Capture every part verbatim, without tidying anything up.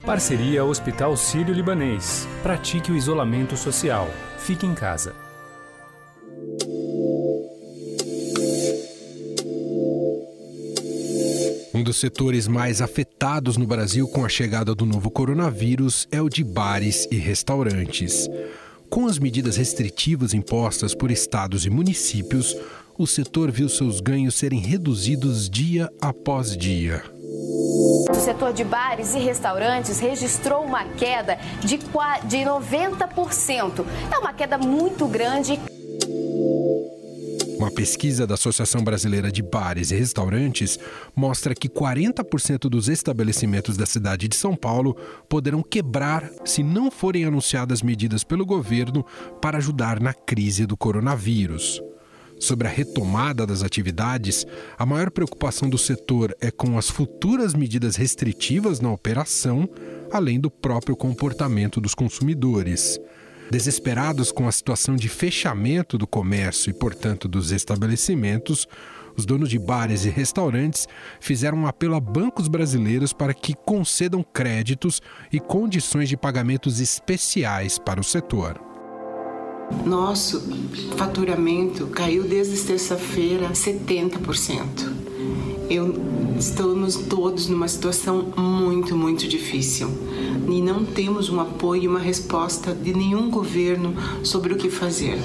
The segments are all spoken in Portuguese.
Parceria Hospital Sírio-Libanês. Pratique o isolamento social. Fique em casa. Um dos setores mais afetados no Brasil com a chegada do novo coronavírus é o de bares e restaurantes. Com as medidas restritivas impostas por estados e municípios, o setor viu seus ganhos serem reduzidos dia após dia. O setor de bares e restaurantes registrou uma queda de, de noventa por cento. É uma queda muito grande. Uma pesquisa da Associação Brasileira de Bares e Restaurantes mostra que quarenta por cento dos estabelecimentos da cidade de São Paulo poderão quebrar se não forem anunciadas medidas pelo governo para ajudar na crise do coronavírus. Sobre a retomada das atividades, a maior preocupação do setor é com as futuras medidas restritivas na operação, além do próprio comportamento dos consumidores. Desesperados com a situação de fechamento do comércio e, portanto, dos estabelecimentos, os donos de bares e restaurantes fizeram um apelo a bancos brasileiros para que concedam créditos e condições de pagamentos especiais para o setor. Nosso faturamento caiu desde terça-feira setenta por cento. Eu, estamos todos numa situação muito, muito difícil e não temos um apoio e uma resposta de nenhum governo sobre o que fazer.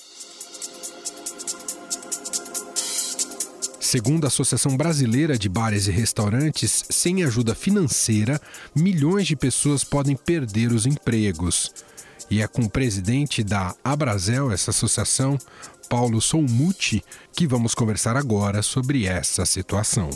Segundo a Associação Brasileira de Bares e Restaurantes, sem ajuda financeira, milhões de pessoas podem perder os empregos. E é com o presidente da Abrazel, essa associação, Paulo Solmuti, que vamos conversar agora sobre essa situação.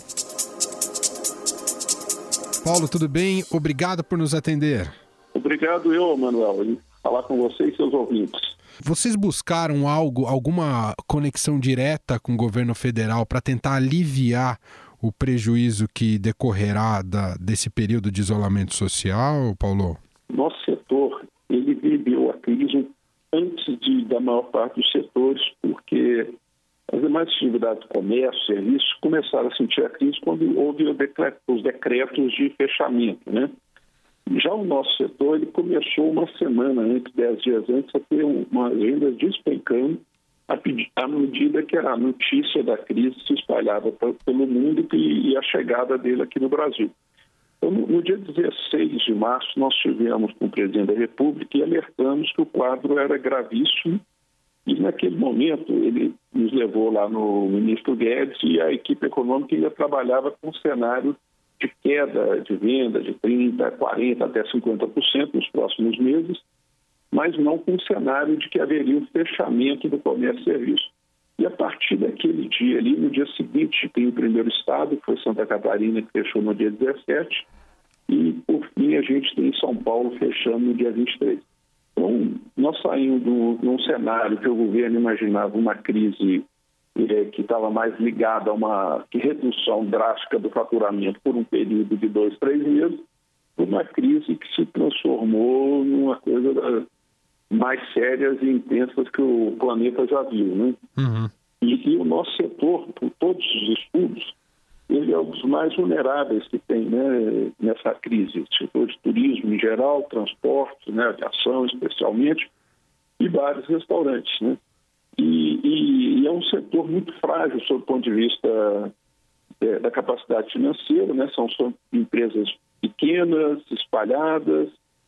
Paulo, tudo bem? Obrigado por nos atender. Obrigado eu, Manuel, em falar com você e seus ouvintes. Vocês buscaram algo, alguma conexão direta com o governo federal para tentar aliviar o prejuízo que decorrerá da, desse período de isolamento social, Paulo? Nosso setor, ele viveu a crise antes de, da maior parte dos setores, porque as demais atividades, comércio, serviços, começaram a sentir a crise quando houve o decreto, os decretos de fechamento, né? Já o nosso setor, ele começou uma semana antes, dez dias antes, a ter uma agenda despencando à medida que a notícia da crise se espalhava pelo mundo e a chegada dele aqui no Brasil. Então, no dia dezesseis de março, nós tivemos com o presidente da República e alertamos que o quadro era gravíssimo. E, naquele momento, ele nos levou lá no ministro Guedes e a equipe econômica ainda trabalhava com um cenário de queda de venda de trinta por cento, quarenta por cento, até cinquenta por cento nos próximos meses, mas não com um cenário de que haveria um fechamento do comércio e serviço. E a partir daquele dia ali, no dia seguinte, tem o primeiro estado, que foi Santa Catarina, que fechou no dia dezessete, e, por fim, a gente tem São Paulo fechando no dia vinte e três. Então, nós saímos de um cenário que o governo imaginava uma crise eh, que estava mais ligada a uma redução drástica do faturamento por um período de dois, três meses, para uma crise que se transformou numa coisa da, mais sérias e intensas que o planeta já viu, né? Uhum. E, e o nosso setor, por todos os estudos, ele é um dos mais vulneráveis que tem, né, nessa crise. O setor de turismo em geral, transporte, né, aviação especialmente, e bares e restaurantes, né? E, e, e é um setor muito frágil sob o ponto de vista é, da capacidade financeira, né? São, são empresas pequenas, espalhadas,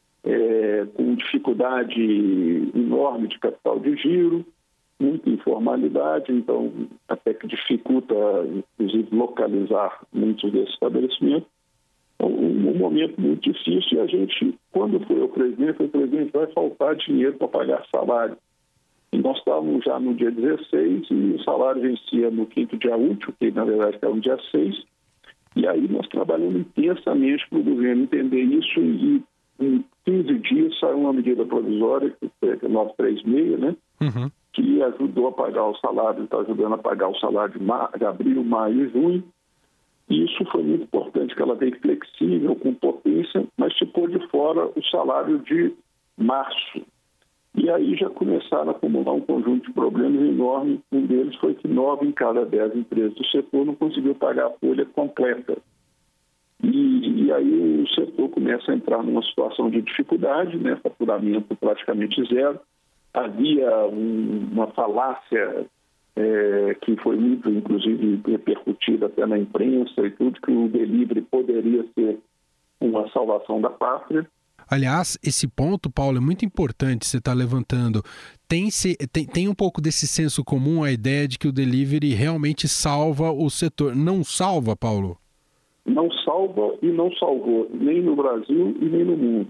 é, com dificuldade enorme de capital de giro, muita informalidade, então até que dificulta, inclusive, localizar muitos desses estabelecimentos. Então, um, um momento muito difícil, e a gente, quando foi o presidente, foi o presidente, vai faltar dinheiro para pagar salário. E nós estávamos já no dia dezesseis e o salário vencia no quinto dia útil, que na verdade era no dia seis, e aí nós trabalhamos intensamente para o governo entender isso, e em quinze dias saiu uma medida provisória, que foi a novecentos e trinta e seis, né? Uhum. Que ajudou a pagar o salário, está ajudando a pagar o salário de, mar... de abril, maio e junho. E isso foi muito importante, que ela veio flexível, com potência, mas ficou de fora o salário de março. E aí já começaram a acumular um conjunto de problemas enormes. Um deles foi que nove em cada dez empresas do setor não conseguiu pagar a folha completa. E, e aí o setor começa a entrar numa situação de dificuldade, né? Faturamento praticamente zero. Havia um, uma falácia é, que foi muito, inclusive, repercutida até na imprensa e tudo, que o delivery poderia ser uma salvação da pátria. Aliás, esse ponto, Paulo, é muito importante você estar levantando. Tem, se, tem, tem um pouco desse senso comum a ideia de que o delivery realmente salva o setor. Não salva, Paulo? Não salva e não salvou, nem no Brasil e nem no mundo.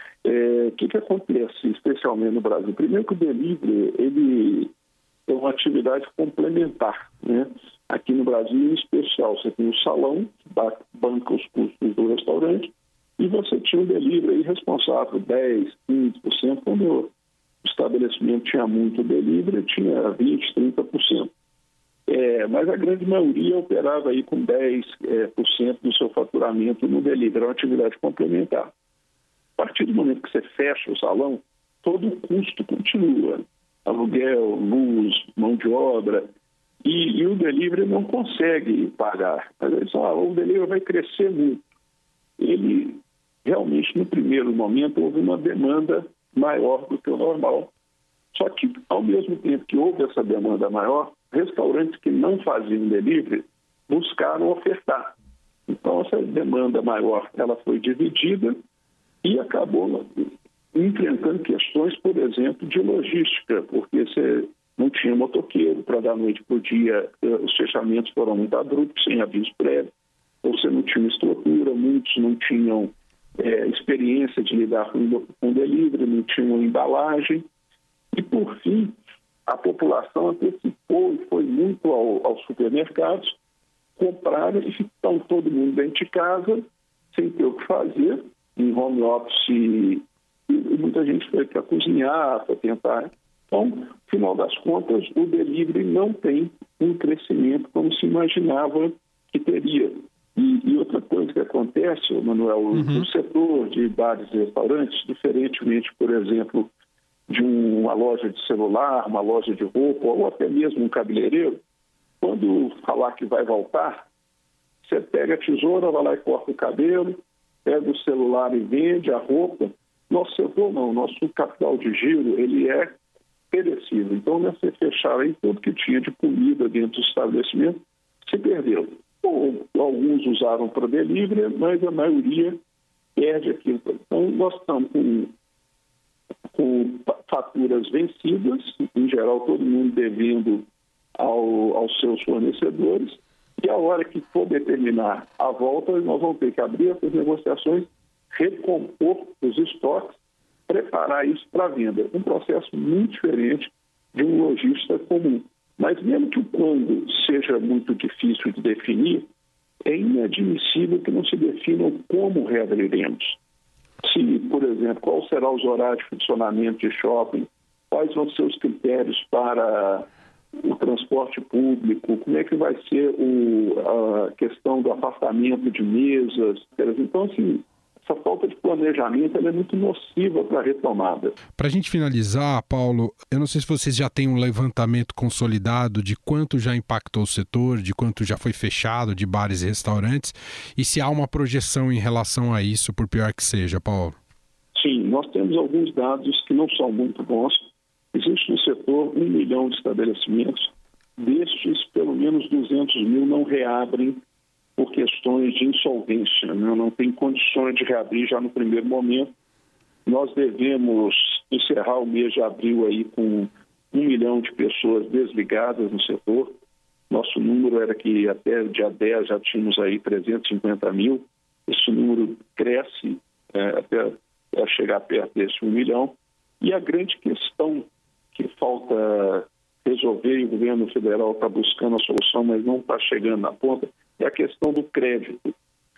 É, o que, que acontece, especialmente no Brasil? Primeiro que o delivery, ele é uma atividade complementar, né? Aqui no Brasil, em especial, você tem o salão, que banca os custos do restaurante, e você tinha um delivery responsável dez, quinze por cento, quando o estabelecimento tinha muito delivery, tinha vinte por cento, trinta por cento. É, mas a grande maioria operava aí com dez por cento é, do seu faturamento no delivery, é uma atividade complementar. A partir do momento que você fecha o salão, todo o custo continua. Aluguel, luz, mão de obra, e, e o delivery não consegue pagar. Mas eles falam, ah, o delivery vai crescer muito. Ele, realmente, no primeiro momento, houve uma demanda maior do que o normal. Só que, ao mesmo tempo que houve essa demanda maior, restaurantes que não faziam delivery buscaram ofertar. Então, essa demanda maior ela foi dividida e acabou enfrentando questões, por exemplo, de logística, porque você não tinha motoqueiro para da noite para o dia, os fechamentos foram muito abruptos, sem aviso prévio, ou você não tinha estrutura, muitos não tinham é, experiência de lidar com, com delivery, não tinham embalagem. E, por fim, a população antecipou e foi muito ao, aos supermercados, compraram e ficam todo mundo dentro de casa, sem ter o que fazer, em home office, e, e muita gente foi para cozinhar, para tentar. Então, no final das contas, o delivery não tem um crescimento como se imaginava que teria. E, e outra coisa que acontece, Manuel, uhum. no setor de bares e restaurantes, diferentemente, por exemplo, de uma loja de celular, uma loja de roupa, ou até mesmo um cabeleireiro, quando falar que vai voltar, você pega a tesoura, vai lá e corta o cabelo, pega o celular e vende a roupa. Nosso setor não, nosso capital de giro, ele é perecível. Então, nessa fechar aí, tudo que tinha de comida dentro do estabelecimento se perdeu. Ou alguns usaram para delivery, mas a maioria perde aquilo. Então, nós estamos com, com faturas vencidas, em geral, todo mundo devendo ao, aos seus fornecedores, e a hora que for determinar a volta, nós vamos ter que abrir essas negociações, recompor os estoques, preparar isso para a venda. Um processo muito diferente de um lojista comum. Mas mesmo que o quando seja muito difícil de definir, é inadmissível que não se definam como reabriremos. Se, por exemplo, qual será os horários de funcionamento de shopping, quais vão ser os critérios para o transporte público, como é que vai ser o, a questão do afastamento de mesas. Então, assim, essa falta de planejamento ela é muito nociva para a retomada. Para a gente finalizar, Paulo, eu não sei se vocês já têm um levantamento consolidado de quanto já impactou o setor, de quanto já foi fechado de bares e restaurantes, e se há uma projeção em relação a isso, por pior que seja, Paulo. Sim, nós temos alguns dados que não são muito bons. Existe no setor um milhão de estabelecimentos. Destes, pelo menos duzentos mil não reabrem por questões de insolvência, né? Não tem condições de reabrir já no primeiro momento. Nós devemos encerrar o mês de abril aí com um milhão de pessoas desligadas no setor. Nosso número era que até dia dez já tínhamos aí trezentos e cinquenta mil. Esse número cresce é, até, até chegar perto desse um milhão. E a grande questão que falta resolver, e o governo federal está buscando a solução, mas não está chegando na ponta, é a questão do crédito.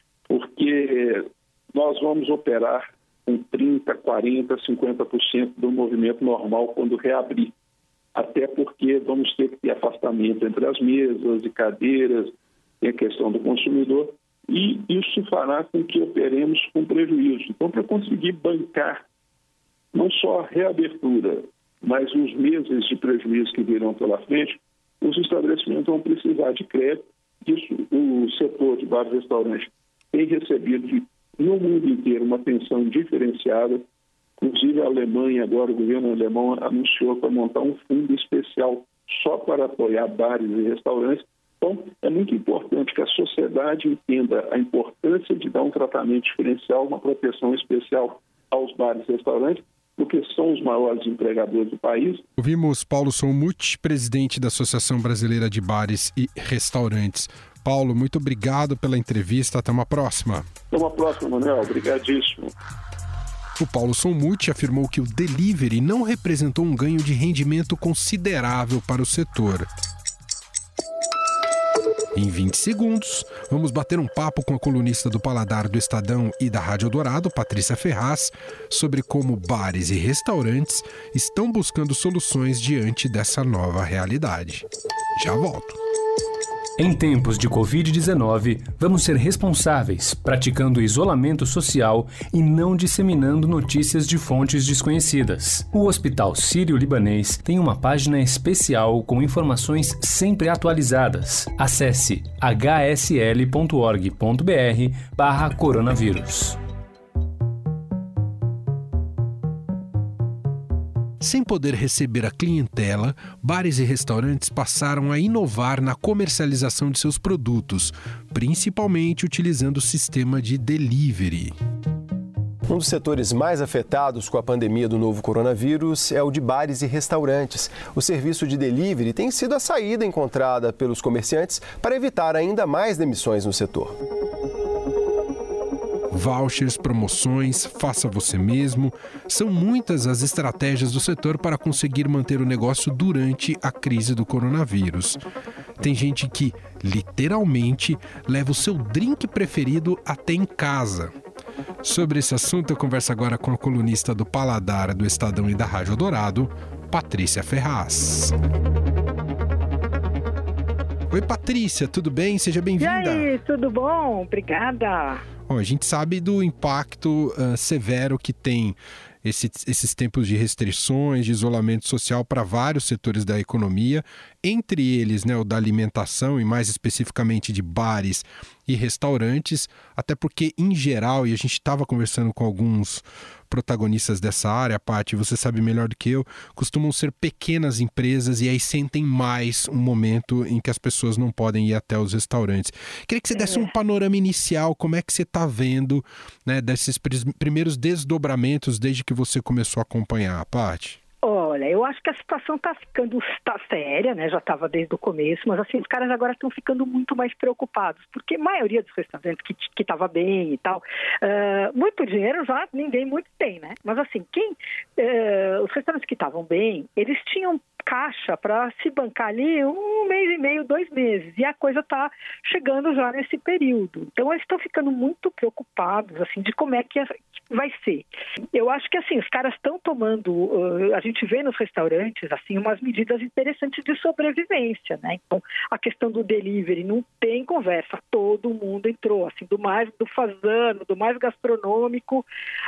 Porque nós vamos operar com trinta por cento, quarenta por cento, cinquenta por cento do movimento normal quando reabrir. Até porque vamos ter que ter afastamento entre as mesas e cadeiras, tem a questão do consumidor, e isso fará com que operemos com prejuízo. Então, para conseguir bancar não só a reabertura, mas os meses de prejuízo que virão pela frente, os estabelecimentos vão precisar de crédito. Isso, o setor de bares e restaurantes têm recebido no mundo inteiro uma atenção diferenciada. Inclusive a Alemanha, agora o governo alemão anunciou para montar um fundo especial só para apoiar bares e restaurantes. Então, é muito importante que a sociedade entenda a importância de dar um tratamento diferencial, uma proteção especial aos bares e restaurantes, porque são os maiores empregadores do país. Ouvimos Paulo Solmuth, presidente da Associação Brasileira de Bares e Restaurantes. Paulo, muito obrigado pela entrevista. Até uma próxima. Até uma próxima, Manuel. Obrigadíssimo. O Paulo Solmuth afirmou que o delivery não representou um ganho de rendimento considerável para o setor. Em vinte segundos, vamos bater um papo com a colunista do Paladar do Estadão e da Rádio Eldorado, Patrícia Ferraz, sobre como bares e restaurantes estão buscando soluções diante dessa nova realidade. Já volto. Em tempos de covid dezenove, vamos ser responsáveis, praticando isolamento social e não disseminando notícias de fontes desconhecidas. O Hospital Sírio-Libanês tem uma página especial com informações sempre atualizadas. Acesse h s l ponto org ponto b r barra coronavírus. Sem poder receber a clientela, bares e restaurantes passaram a inovar na comercialização de seus produtos, principalmente utilizando o sistema de delivery. Um dos setores mais afetados com a pandemia do novo coronavírus é o de bares e restaurantes. O serviço de delivery tem sido a saída encontrada pelos comerciantes para evitar ainda mais demissões no setor. Vouchers, promoções, faça você mesmo, são muitas as estratégias do setor para conseguir manter o negócio durante a crise do coronavírus. Tem gente que, literalmente, leva o seu drink preferido até em casa. Sobre esse assunto, eu converso agora com a colunista do Paladar do Estadão e da Rádio Eldorado, Patrícia Ferraz. Oi, Patrícia, tudo bem? Seja bem-vinda. E aí, tudo bom? Obrigada. Bom, a gente sabe do impacto uh, severo que tem esse, esses tempos de restrições, de isolamento social para vários setores da economia, entre eles, né, o da alimentação e mais especificamente de bares e restaurantes, até porque, em geral, e a gente estava conversando com alguns protagonistas dessa área, Paty, você sabe melhor do que eu, costumam ser pequenas empresas e aí sentem mais um momento em que as pessoas não podem ir até os restaurantes. Queria que você desse um panorama inicial, como é que você está vendo, né, desses primeiros desdobramentos desde que você começou a acompanhar, Paty? Olha, eu acho que a situação está ficando tá séria, né? Já estava desde o começo, mas assim, os caras agora estão ficando muito mais preocupados, porque a maioria dos restaurantes que estava bem e tal, uh, muito dinheiro já ninguém muito tem, né? Mas assim, quem, uh, os restaurantes que estavam bem, eles tinham caixa para se bancar ali um mês e meio, dois meses, e a coisa está chegando já nesse período. Então eles estão ficando muito preocupados assim de como é que vai ser. Eu acho que assim, os caras estão tomando, uh, a gente vê nos restaurantes assim umas medidas interessantes de sobrevivência, né? Então a questão do delivery não tem conversa, todo mundo entrou, assim, do mais do fazano, do mais gastronômico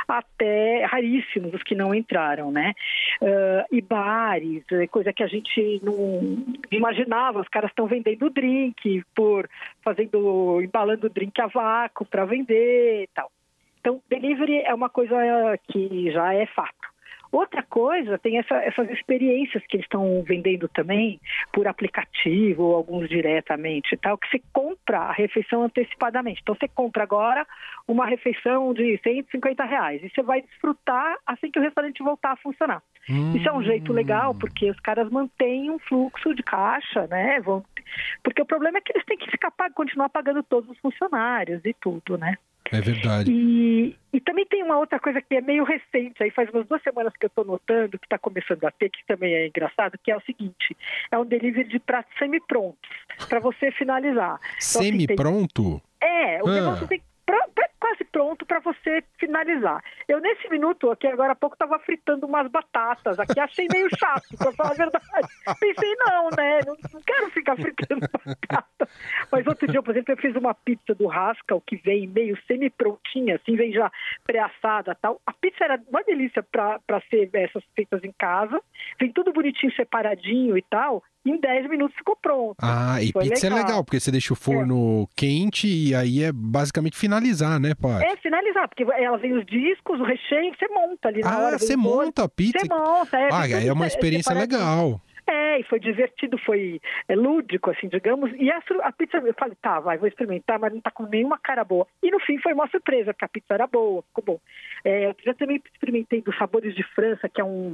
até raríssimos os que não entraram, né? Uh, e bares, coisa que a gente não imaginava, os caras estão vendendo drink, por fazendo, embalando drink a vácuo para vender e tal. Então, delivery é uma coisa que já é fato. Outra coisa, tem essa, essas experiências que eles estão vendendo também por aplicativo ou alguns diretamente e tal, que você compra a refeição antecipadamente. Então, você compra agora uma refeição de cento e cinquenta reais e você vai desfrutar assim que o restaurante voltar a funcionar. Hum. Isso é um jeito legal, porque os caras mantêm um fluxo de caixa, né? Vão... Porque o problema é que eles têm que ficar pag... continuar pagando todos os funcionários e tudo, né? É verdade. E, e também tem uma outra coisa que é meio recente, aí faz umas duas semanas que eu estou notando, que está começando a ter, que também é engraçado, que é o seguinte, é um delivery de pratos semi-prontos, para você finalizar. Então, semi-pronto? Assim, tem... É, o ah. negócio tem pra, pra, quase pronto para você finalizar. Eu, nesse minuto, aqui agora há pouco, estava fritando umas batatas, aqui achei meio chato, para falar a verdade. Pensei, não, né, não, não quero ficar fritando batata. Mas outro dia, por exemplo, eu fiz uma pizza do Haskell, que vem meio semi-prontinha, assim, vem já pré-assada e tal. A pizza era uma delícia para ser essas feitas em casa, vem tudo bonitinho, separadinho e tal, em dez minutos ficou pronto. Ah, e Foi pizza legal. é legal, porque você deixa o forno é. quente e aí é basicamente finalizar, né, Paty? É, finalizar, porque ela vem os discos, o recheio, você monta ali na ah, hora. Ah, você monta a pizza? Você monta, é. Ah, aí é uma experiência legal. É, e foi divertido, foi é, lúdico, assim, digamos. E a, a pizza, eu falei, tá, vai, vou experimentar, mas não tá com nenhuma cara boa. E no fim foi uma surpresa, porque a pizza era boa, ficou bom. É, eu já também experimentei dos Sabores de França, que é um,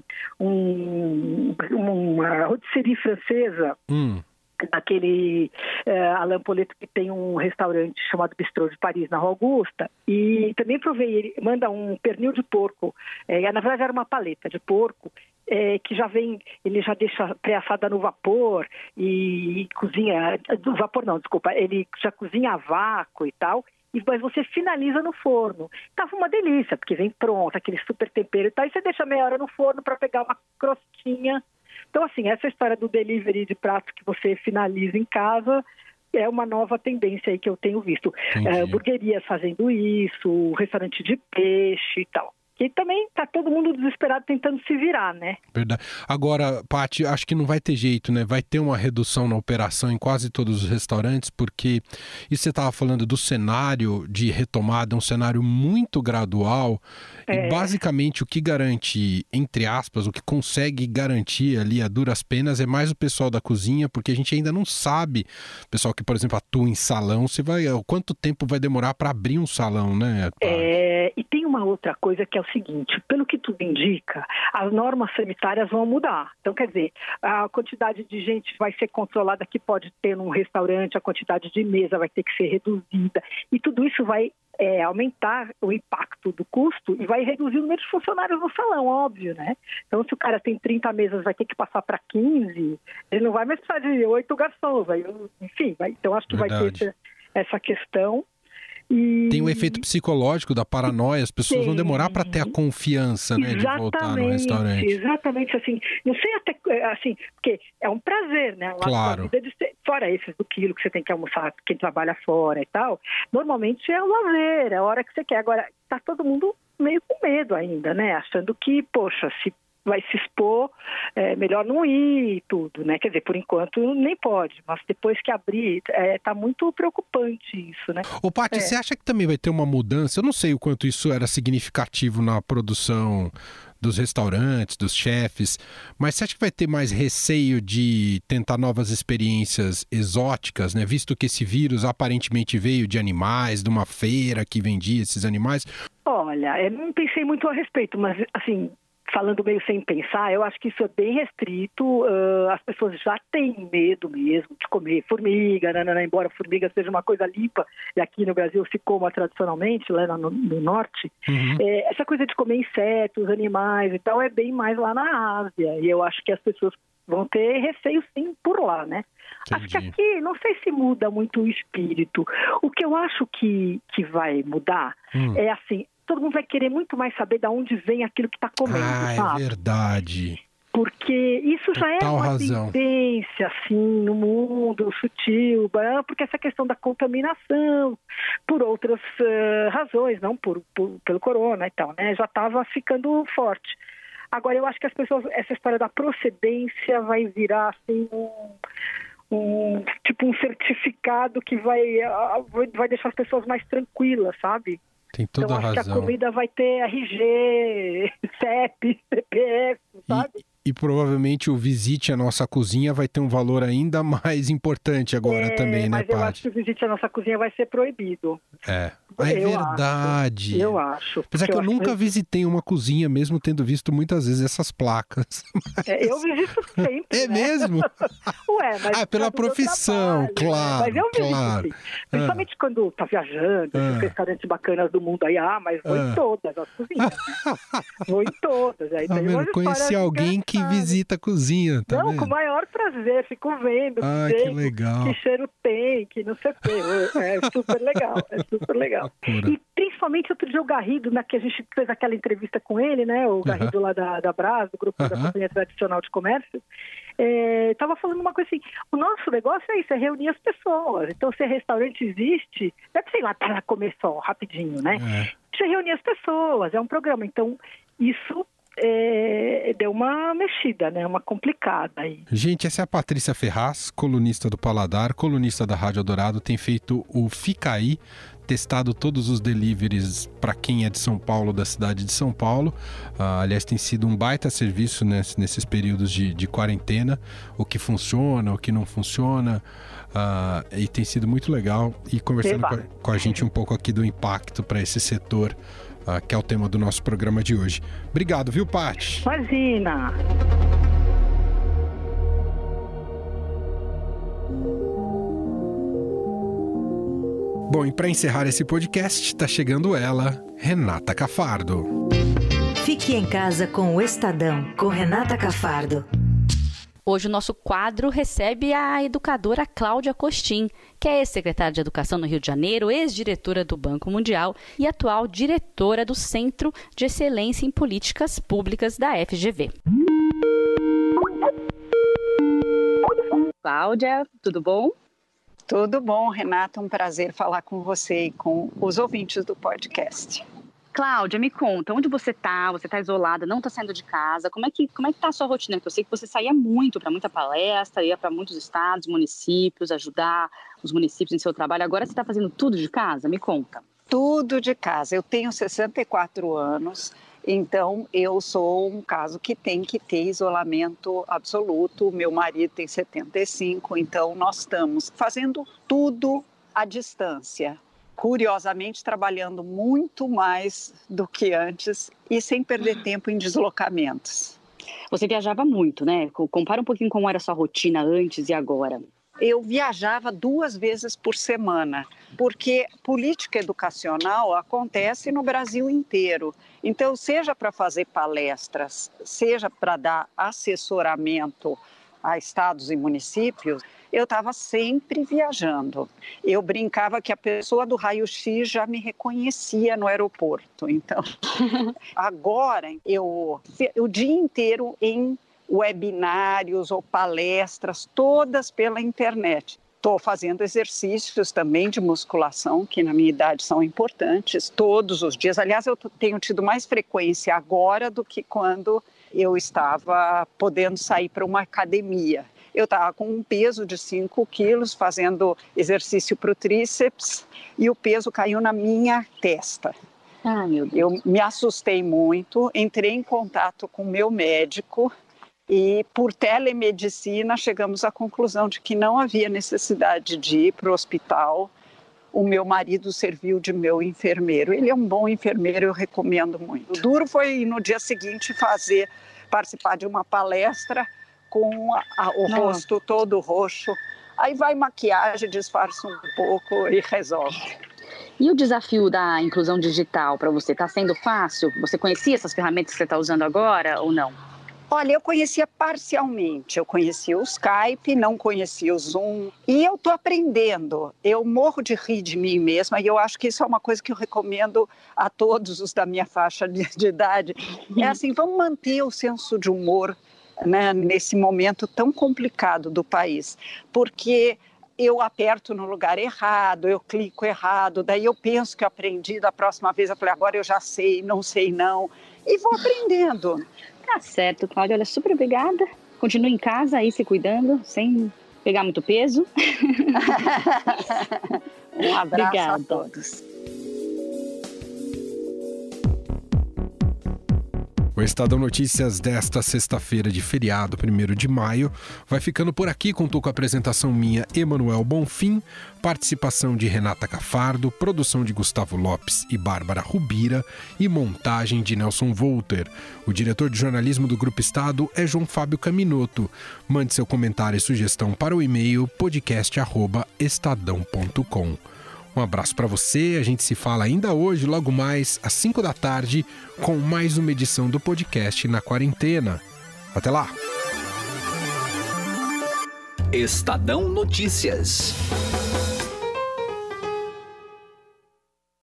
um uma rotisserie francesa. Hum. Daquele é, Alain Poleto, que tem um restaurante chamado Bistrô de Paris, na Rua Augusta, e também provei, ele manda um pernil de porco, é, na verdade era uma paleta de porco, é, que já vem, ele já deixa pré-assada no vapor e, e cozinha, do vapor não, desculpa, ele já cozinha a vácuo e tal, e mas você finaliza no forno. Tava uma delícia, porque vem pronto, aquele super tempero e tal, e você deixa meia hora no forno para pegar uma crostinha. Então, assim, essa história do delivery de pratos que você finaliza em casa é uma nova tendência aí que eu tenho visto. É, burguerias fazendo isso, restaurante de peixe e tal. Que também está todo mundo desesperado tentando se virar, né? Verdade. Agora, Paty, acho que não vai ter jeito, né? Vai ter uma redução na operação em quase todos os restaurantes, porque isso você estava falando do cenário de retomada, um cenário muito gradual, é. E basicamente o que garante, entre aspas, o que consegue garantir ali a duras penas é mais o pessoal da cozinha, porque a gente ainda não sabe, pessoal que, por exemplo, atua em salão, você vai, quanto tempo vai demorar para abrir um salão, né, Paty? É, e tem uma outra coisa que é o seguinte, pelo que tudo indica, as normas sanitárias vão mudar. Então, quer dizer, a quantidade de gente vai ser controlada que pode ter num restaurante, a quantidade de mesa vai ter que ser reduzida, e tudo isso vai é, aumentar o impacto do custo e vai reduzir o número de funcionários no salão, óbvio, né? Então, se o cara tem trinta mesas, vai ter que passar para quinze, ele não vai mais precisar de oito garçons, vai, enfim, vai, então acho que Verdade. vai ter essa questão. E... Tem o efeito psicológico da paranoia, as pessoas Sim. vão demorar para ter a confiança, né, de voltar no restaurante. Exatamente, assim, não sei até, assim, porque é um prazer, né? Claro. De ser, fora esses do quilo que você tem que almoçar, quem trabalha fora e tal, normalmente é o lazer, é a hora que você quer. Agora, tá todo mundo meio com medo ainda, né? Achando que, poxa, se vai se expor, é melhor não ir e tudo, né? Quer dizer, por enquanto nem pode, mas depois que abrir, é, tá muito preocupante isso, né? Ô, Paty, é. você acha que também vai ter uma mudança? Eu não sei o quanto isso era significativo na produção dos restaurantes, dos chefes, mas você acha que vai ter mais receio de tentar novas experiências exóticas, né? Visto que esse vírus aparentemente veio de animais, de uma feira que vendia esses animais? Olha, eu não pensei muito a respeito, mas assim... Falando meio sem pensar, eu acho que isso é bem restrito, uh, as pessoas já têm medo mesmo de comer formiga, né, né, embora a formiga seja uma coisa limpa, e aqui no Brasil se coma tradicionalmente, lá no, no norte, uhum. é, essa coisa de comer insetos, animais e tal, é bem mais lá na Ásia, e eu acho que as pessoas vão ter receio sim por lá, né? Entendi. Acho que aqui, não sei se muda muito o espírito, o que eu acho que, que vai mudar hum. é assim, todo mundo vai querer muito mais saber de onde vem aquilo que está comendo, ah, sabe? É verdade. Porque isso Total já é uma razão. tendência, assim, no mundo sutil, porque essa questão da contaminação, por outras uh, razões, não por, por, pelo corona e tal, né? Já estava ficando forte. Agora, eu acho que as pessoas, essa história da procedência vai virar, assim, um... Um, tipo um certificado que vai, vai deixar as pessoas mais tranquilas, sabe? Tem toda então, a acho razão. que a comida vai ter R G, C E P, C P F, sabe? E, e provavelmente o Visite a Nossa Cozinha vai ter um valor ainda mais importante agora é, também, né, Paty? Mas eu acho que o Visite a Nossa Cozinha vai ser proibido. É. Ah, é eu verdade. Acho, eu acho. Apesar que eu, eu nunca que... visitei uma cozinha, mesmo tendo visto muitas vezes essas placas. Mas... É, eu visito sempre. É né? mesmo? Ué, mas ah, pela profissão, trabalho, claro. Né? Mas eu visito, claro. sim. Principalmente ah. quando tá viajando, ah. restaurantes bacanas do mundo aí, ah, mas vou ah. em todas as cozinhas. Né? Vou em todas. Aí ah, tem meu, conheci alguém que visita a cozinha. Tá não, vendo? com o maior prazer, fico vendo. Ah, que, que legal. Que cheiro tem, que não sei o quê. É super legal, é super legal. E principalmente outro dia o Garrido, né, que a gente fez aquela entrevista com ele, né, o Garrido uh-huh. lá da, da Brás, do grupo uh-huh. da Companhia Tradicional de Comércio, estava é, falando uma coisa assim, o nosso negócio é isso, é reunir as pessoas. Então, se restaurante existe, não é, sei lá, para comer só, rapidinho, né? É. Você reunir as pessoas, é um programa. Então, isso é, deu uma mexida, né? Uma complicada aí. Gente, essa é a Patrícia Ferraz, colunista do Paladar, colunista da Rádio Eldorado, tem feito o Fica Aí, testado todos os deliveries para quem é de São Paulo, da cidade de São Paulo. Ah, aliás, tem sido um baita serviço nesse, nesses períodos de, de quarentena, o que funciona, o que não funciona, ah, e tem sido muito legal. E conversando com a, com a gente um pouco aqui do impacto para esse setor, ah, que é o tema do nosso programa de hoje. Obrigado, viu, Paty? Imagina! Bom, e para encerrar esse podcast, está chegando ela, Renata Cafardo. Fique em casa com o Estadão, com Renata Cafardo. Hoje o nosso quadro recebe a educadora Cláudia Costin, que é ex-secretária de Educação no Rio de Janeiro, ex-diretora do Banco Mundial e atual diretora do Centro de Excelência em Políticas Públicas da F G V. Cláudia, tudo bom? Tudo bom, Renata, um prazer falar com você e com os ouvintes do podcast. Cláudia, me conta, onde você está? Você está isolada, não está saindo de casa? Como é que como é que está a sua rotina? Porque eu sei que você saía muito para muita palestra, ia para muitos estados, municípios, ajudar os municípios em seu trabalho. Agora você está fazendo tudo de casa? Me conta. Tudo de casa. Eu tenho sessenta e quatro anos, então eu sou um caso que tem que ter isolamento absoluto. Meu marido tem setenta e cinco, então nós estamos fazendo tudo à distância. Curiosamente, trabalhando muito mais do que antes e sem perder tempo em deslocamentos. Você viajava muito, né? Compara um pouquinho como era a sua rotina antes e agora. Eu viajava duas vezes por semana, porque política educacional acontece no Brasil inteiro. Então, seja para fazer palestras, seja para dar assessoramento a estados e municípios, eu estava sempre viajando. Eu brincava que a pessoa do raio-x já me reconhecia no aeroporto. Então, agora eu o dia inteiro em webinários ou palestras, todas pela internet. Estou fazendo exercícios também de musculação, que na minha idade são importantes, todos os dias. Aliás, eu tenho tido mais frequência agora do que quando eu estava podendo sair para uma academia. Eu estava com um peso de cinco quilos, fazendo exercício para o tríceps, e o peso caiu na minha testa. Ai, meu Deus. Eu me assustei muito, entrei em contato com o meu médico, e por telemedicina chegamos à conclusão de que não havia necessidade de ir para o hospital. O meu marido serviu de meu enfermeiro. Ele é um bom enfermeiro, eu recomendo muito. O duro foi no dia seguinte fazer, participar de uma palestra com a, a, o Nossa. rosto todo roxo. Aí vai maquiagem, disfarça um pouco e resolve. E o desafio da inclusão digital para você, está sendo fácil? Você conhecia essas ferramentas que você está usando agora ou não? Olha, eu conhecia parcialmente, eu conhecia o Skype, não conhecia o Zoom, e eu estou aprendendo. Eu morro de rir de mim mesma, e eu acho que isso é uma coisa que eu recomendo a todos os da minha faixa de, de idade. É assim, vamos manter o senso de humor, né, nesse momento tão complicado do país, porque eu aperto no lugar errado, eu clico errado, daí eu penso que eu aprendi, da próxima vez eu falei, agora eu já sei, não sei não, e vou aprendendo. Tá certo, Cláudia. Olha, super obrigada. Continue em casa aí se cuidando, sem pegar muito peso. Um abraço obrigada. A todos. O Estadão Notícias desta sexta-feira de feriado, primeiro de maio, vai ficando por aqui. Contou com a apresentação minha, Emanuel Bonfim, participação de Renata Cafardo, produção de Gustavo Lopes e Bárbara Rubira e montagem de Nelson Volter. O diretor de jornalismo do Grupo Estado é João Fábio Caminoto. Mande seu comentário e sugestão para o e-mail podcast arroba estadão ponto com. Um abraço para você, a gente se fala ainda hoje, logo mais às cinco da tarde, com mais uma edição do podcast Na Quarentena. Até lá! Estadão Notícias.